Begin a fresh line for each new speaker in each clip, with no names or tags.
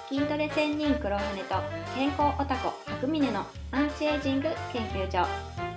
筋トレ仙人黒羽と健康オタコ白峰のアンチエイジング研究所。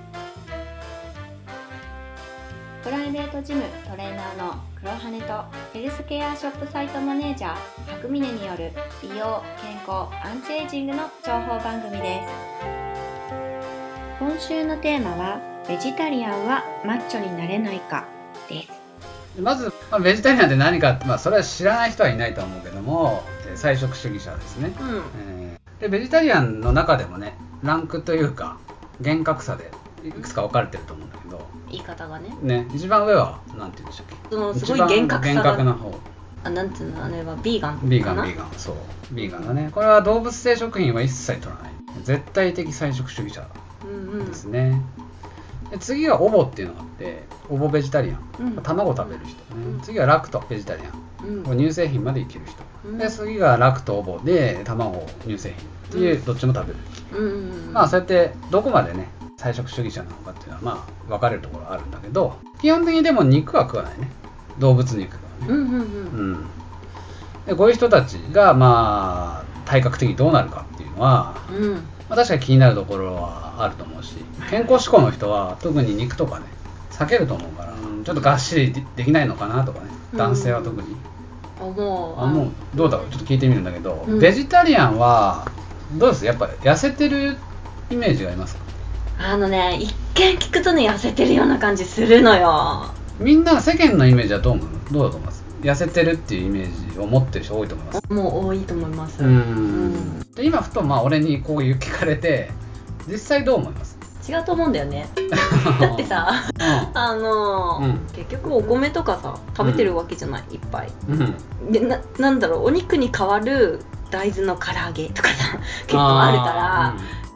プライベートジムトレーナーの黒羽とヘルスケアショップサイトマネージャー白峰による美容・健康・アンチエイジングの情報番組です。今週のテーマはベジタリアンはマッチョになれないかです。
まず、ベジタリアンって何かって、それは知らない人はいないと思うけども、菜食主義者ですね、でベジタリアンの中でもね、ランクというか厳格さでいくつか分かれてると思うんだけど、
言い方がね、
一番上はなんて言うんでしたっけ、
そのすごい厳格さが
厳格な方、
なんていうの、あれはビーガンかな。
ビーガン、そうビーガンだね。これは動物性食品は一切取らない絶対的菜食主義者ですね、で次はオボっていうのがあって、オボベジタリアン、卵食べる人ね、次はラクトベジタリアン、乳製品までいける人、で次がラクトオボで卵乳製品っていう、どっちも食べる人、そうやってどこまでね菜食主義者なのかっていうのは分かれるところあるんだけど、基本的にでも肉は食わないね、動物肉はね、でこういう人たちが体格的にどうなるかっていうのは、確かに気になるところはあると思うし、健康志向の人は特に肉とかね避けると思うから、ちょっとがっしり できないのかなとかね、男性は特に、もうどうだろう、ちょっと聞いてみるんだけど、ベジタリアンはどうです？やっぱ痩せてるイメージがありますか？
一見聞くとね、痩せてるような感じするのよ。
みんな世間のイメージはどうだと思います？痩せてるっていうイメージを持ってる人多いと思います。
もう多いと思います。
で今ふと俺にこう聞かれて、実際どう思います？
違うと思うんだよねだってさ、結局お米とかさ食べてるわけじゃない、いっぱい、でなんだろう、お肉に代わる大豆の唐揚げとかさ結構あるから、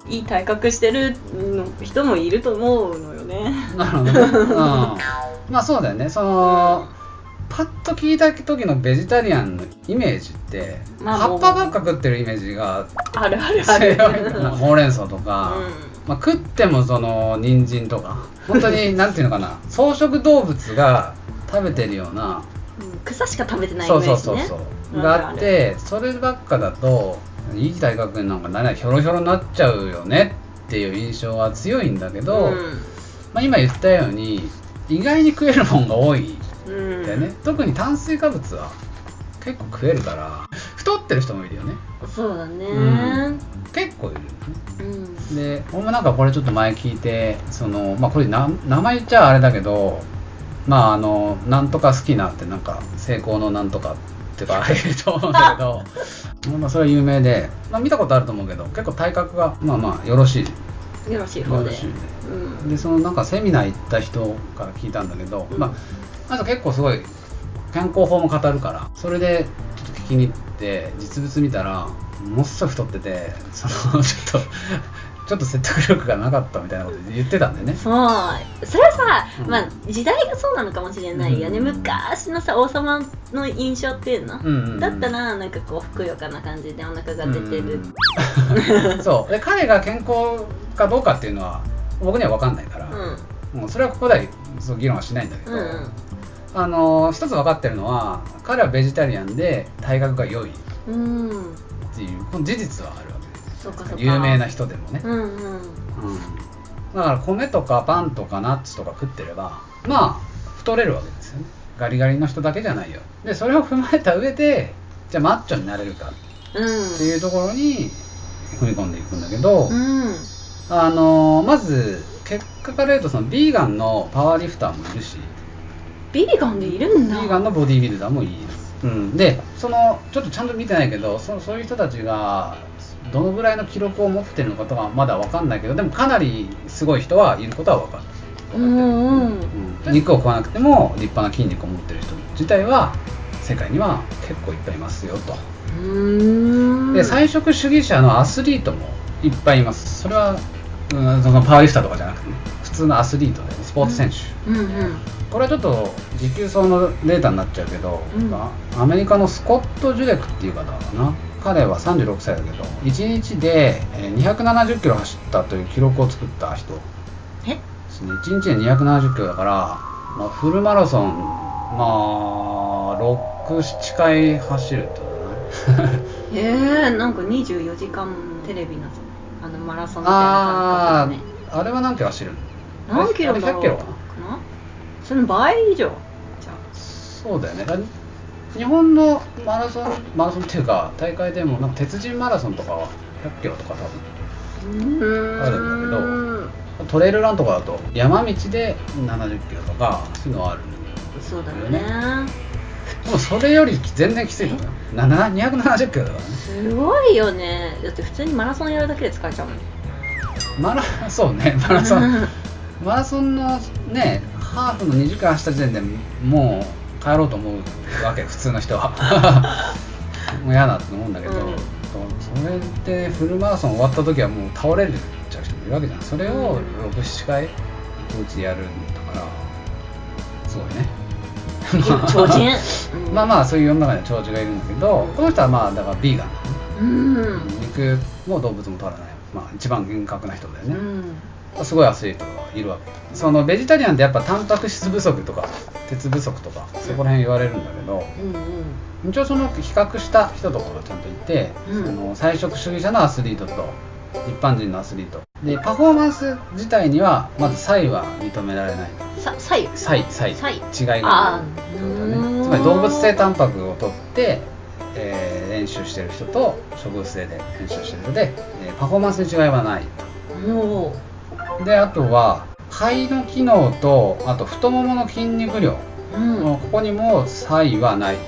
いい体格してる人もいると思うのよね。
なるほどね、そうだよね。パッと聞いた時のベジタリアンのイメージって、葉っぱばっか食ってるイメージが
あるあるある
ほうれん草とか、食っても人参とか、本当になんていうのかな、草食動物が食べてるような、
草しか食べてないイメージね、
があって、そればっかだといい体格になんかならない、ひょろひょろになっちゃうよねっていう印象は強いんだけど、今言ったように意外に食えるもんが多いんだよね、特に炭水化物は結構食えるから太ってる人もいるよね。
そうだね、
結構いるよね、で俺もなんかこれちょっと前聞いて、これ名前言っちゃあれだけど、なんとか好きなってなんか成功のなんとかっていうかいると思うんだけどそれは有名で、見たことあると思うけど、結構体格がよろしい
方で、
でなんかセミナー行った人から聞いたんだけど、あと結構すごい健康法も語るから、それでちょっと聞きに行って実物見たらものすごい太ってて、ちょっと説得力がなかったみたいなこと言ってたんでね。
それはさ、時代がそうなのかもしれないよね、昔のさ王様の印象っていうの、だったらなんかこうふくよかな感じでお腹が出てる、
そうで彼が健康かどうかっていうのは僕には分かんないから、もうそれはここでは議論はしないんだけど、一つ分かってるのは、彼はベジタリアンで体格が良いっていうこの事実はあるわけです。
そうか
有名な人でもね、だから米とかパンとかナッツとか食ってれば太れるわけですよね。ガリガリの人だけじゃないよ。でそれを踏まえた上で、じゃあマッチョになれるかっていうところに踏み込んでいくんだけど、まず結果から言うと、ビーガンのパワーリフターもいるし、
ビーガンでいるんだ。
ビーガンのボディービルダーもいる。でちょっとちゃんと見てないけど、そういう人たちがどのぐらいの記録を持ってるのかとかまだ分かんないけど、でもかなりすごい人はいることは分かる。肉を食わなくても立派な筋肉を持ってる人自体は世界には結構いっぱいいますよと。で菜食主義者のアスリートもいっぱいいます。それはそのパワーリフターとかじゃなくてね、普通のアスリートでスポーツ選手、これはちょっと持久走のデータになっちゃうけど、アメリカのスコット・ジュレクっていう方かな、彼は36歳だけど1日で270キロ走ったという記録を作った人ですね。1日で270キロだから、フルマラソン6、7回走るってことだね
なんか24時間テレビのマラソンみたいな感じだね。
あれは何キロ走るの？
何キロだろう？
100キロかな？
その倍以上じゃあ。
そうだよね。日本のマラソンっていうか大会でもなんか鉄人マラソンとかは100キロとか多分あるんだけど、トレイルランとかだと山道で70キロとかそういうのはある。
そうだよね。
でもそれより全然きついのよ。270キロだからね。
すごいよね。だって普通にマラソンやるだけで疲れちゃうもん。
そうね、マラソンのね、ハーフの2時間走った時点でもう帰ろうと思うわけ、普通の人は。もう嫌だと思うんだけど、それでフルマラソン終わった時はもう倒れるちゃう人もいるわけじゃん。それを6、7回うちやるんだから、すごいね。
超人。
まあそういう世の中には超人がいるんだけど、この人はまあだからビーガンだね。肉も動物も取らない、まあ一番厳格な人だよね。すごいアスリートがいるわけ。そのベジタリアンってやっぱタンパク質不足とか鉄不足とかそこら辺言われるんだけど、一応その比較した人とかがちゃんといて、その菜食主義者のアスリートと一般人のアスリートで、パフォーマンス自体にはまず差異は認められない。差異違いがあるってことだね。つまり動物性タンパクを取って、練習してる人と植物性で練習してる人で、パフォーマンスに違いはないと。であとは肺の機能とあと太ももの筋肉量、ここにも差異はないと。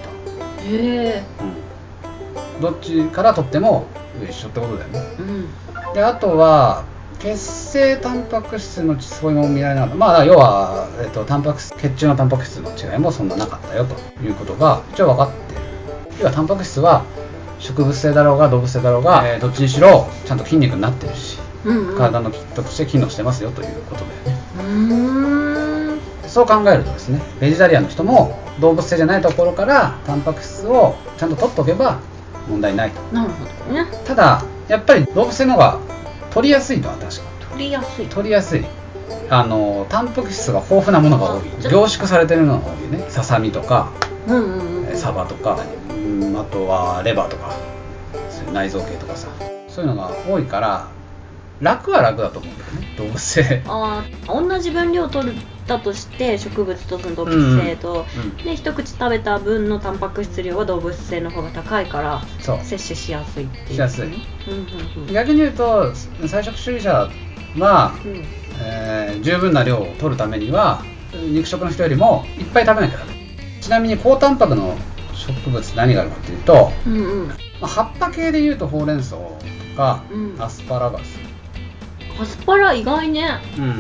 どっちから取っても一緒ってことだよね。であとは血清タンパク質の違いも見られなかった。まあ要は、血中のタンパク質の違いもそんななかったよということが一応分かっている。要はタンパク質は植物性だろうが動物性だろうが、どっちにしろちゃんと筋肉になってるし、体のキットとして機能してますよということだよね。そう考えるとですね、ベジタリアンの人も動物性じゃないところからタンパク質をちゃんと取っておけば問題ないと。
なるほどね。
ただやっぱり動物性の方が取りやすいのは確か取りやすい。タンパク質が豊富なものが多い。凝縮されてるのが多いね。ささみとか、サバとか、あとはレバーとかそういう内臓系とかさ、そういうのが多いから楽は楽だと思うんだよね、動物性。
同じ分量を取ったとして植物と動物性と、で一口食べた分のタンパク質量は動物性の方が高いから摂取しやすいっていう、
しやすい。逆に言うと菜食主義者は、十分な量を取るためには肉食の人よりもいっぱい食べなきゃダメ。ちなみに高タンパクの植物何があるかっていうと、葉っぱ系でいうとほうれん草とか、アスパラガス。
アスパラ意外ね。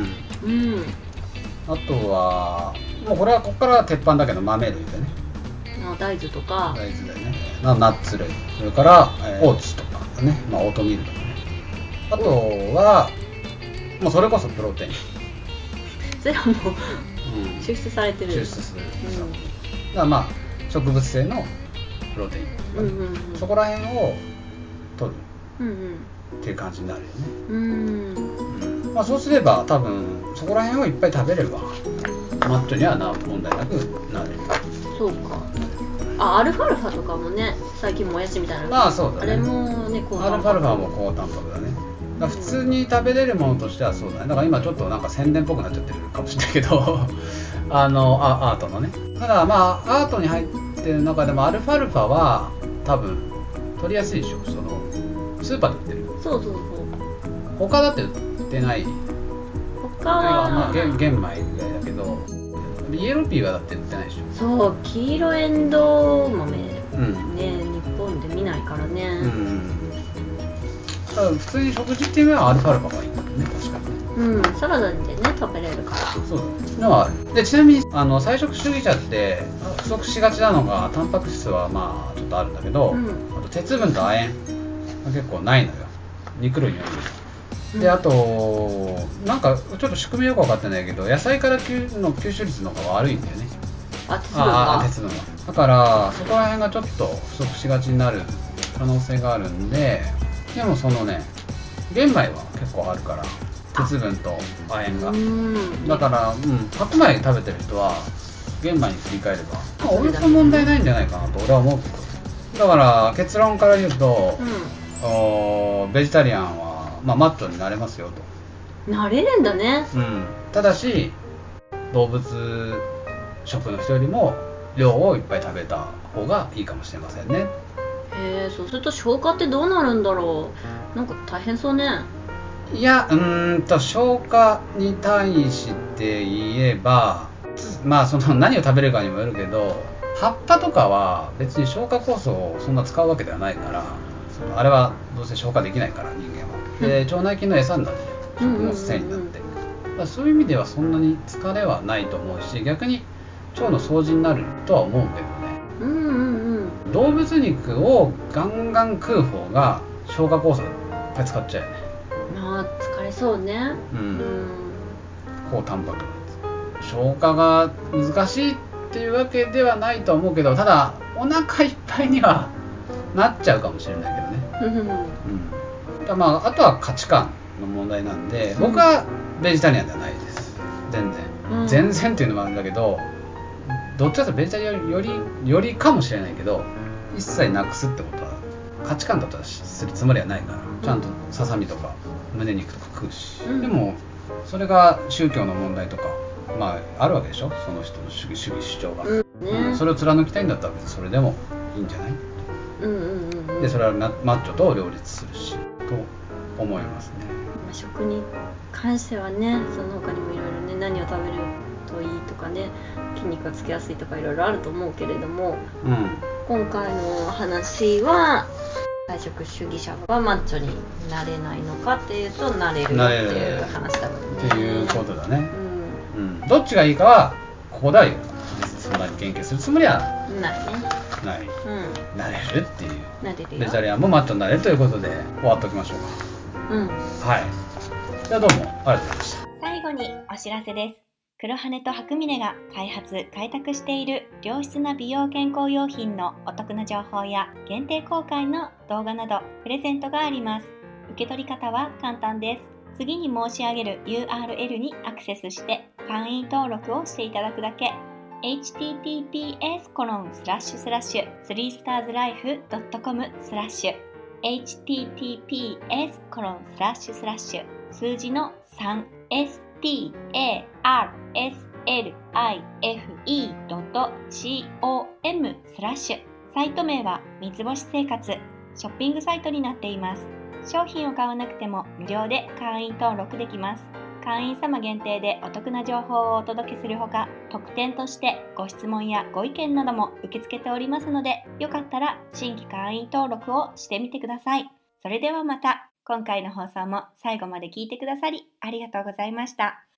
あとはもうこれはここから鉄板だけど豆類でね。
大豆とか。
大豆だよね。ナッツ類。それから、オーツとかね、オートミールとかね。あとはもうそれこそプロテイン。
それはもう、抽出されてる。
抽出する。だから植物性のプロテイン、そこら辺を取るっていう感じになるよね。そうすれば多分そこら辺をいっぱい食べればマッチョには問題なくなる。
そうか。アルファルファとかもね、最近もやしみたいな。
そうだね。
あれもね、
アルファルファも高タンパクだね。普通に食べれるものとしてはそうだね。だから今ちょっとなんか宣伝っぽくなっちゃってるかもしれないけどアートのね。ただアートに入ってる中でもアルファルファは多分取りやすいでしょ。そのスーパーで売ってる。
そう
他だって売ってない。
他は
玄米ぐらいだけど、イエローピーはだって売ってないでしょ。
そう、黄色エンドウ豆ね、日本で見ないからね。
ただ普通に食事っていうのはアルファルファがいいんだよね、確かに。
サラダでね食べれるから。
そうだね。でちなみに菜食主義者って不足しがちなのがタンパク質はちょっとあるんだけど、あと鉄分と亜鉛が結構ないのよ、肉類には。であとなんかちょっと仕組みよく分かってないけど、野菜からの吸収率の方が悪いんだよね。鉄分は。だからそこら辺がちょっと不足しがちになる可能性があるんで、でもそのね、玄米は結構あるから鉄分と亜鉛が。だから白米食べてる人は玄米に切り替えればおよそ問題ないんじゃないかなと俺は思うけど。 だから結論から言うと、ベジタリアンは、マッチョになれますよ
と。なれるんだね。
ただし動物食の人よりも量をいっぱい食べた方がいいかもしれませんね。
そうすると消化ってどうなるんだろう。なんか大変そうね。
いや、消化に対して言えば、その何を食べるかにもよるけど、葉っぱとかは別に消化酵素をそんな使うわけではないから、あれはどうせ消化できないから人間は。で、腸内菌の餌になって、食物繊維になって、そういう意味ではそんなに疲れはないと思うし、逆に腸の掃除になるとは思うけどね。動物肉をガンガン食う方が消化酵素いっぱい使っちゃうよね。
疲れそうね。
高タンパク質。消化が難しいっていうわけではないと思うけど、ただお腹いっぱいにはなっちゃうかもしれないけどね。あとは価値観の問題なんで、僕はベジタリアンではないです。全然っていうのもあるんだけど、どっちかというとベジタリアンよりかもしれないけど、一切なくすってことは価値観だったらするつもりはないから、ちゃんとささみとか胸肉とか食うし、でもそれが宗教の問題とかあるわけでしょ、その人の主義主張が、それを貫きたいんだったら別にそれでもいいんじゃない、でそれはマッチョと両立するしと思いますね。
食に関してはね、その他にもいろいろね、何を食べるといいとかね、筋肉がつきやすいとかいろいろあると思うけれども、今回の話は菜食主義者がマッチョになれないのかっていうと、なれるっていう話だもんね。
っていうことだね。どっちがいいかはここではそんなに研究するつもりはない。なれるっていう。ベジタリアンもマッチョになれるということで終わっておきましょうか。はい。じゃあどうもありがとうございました。
最後にお知らせです。黒羽と白峰が開拓している良質な美容健康用品のお得な情報や限定公開の動画などプレゼントがあります。受け取り方は簡単です。次に申し上げる URL にアクセスして会員登録をしていただくだけ。https://3starslife.com/ https:// 数字の 3starslife.com/ サイト名は三つ星生活、ショッピングサイトになっています。商品を買わなくても無料で会員登録できます。会員様限定でお得な情報をお届けするほか、特典としてご質問やご意見なども受け付けておりますので、よかったら新規会員登録をしてみてください。それではまた。今回の放送も最後まで聞いてくださりありがとうございました。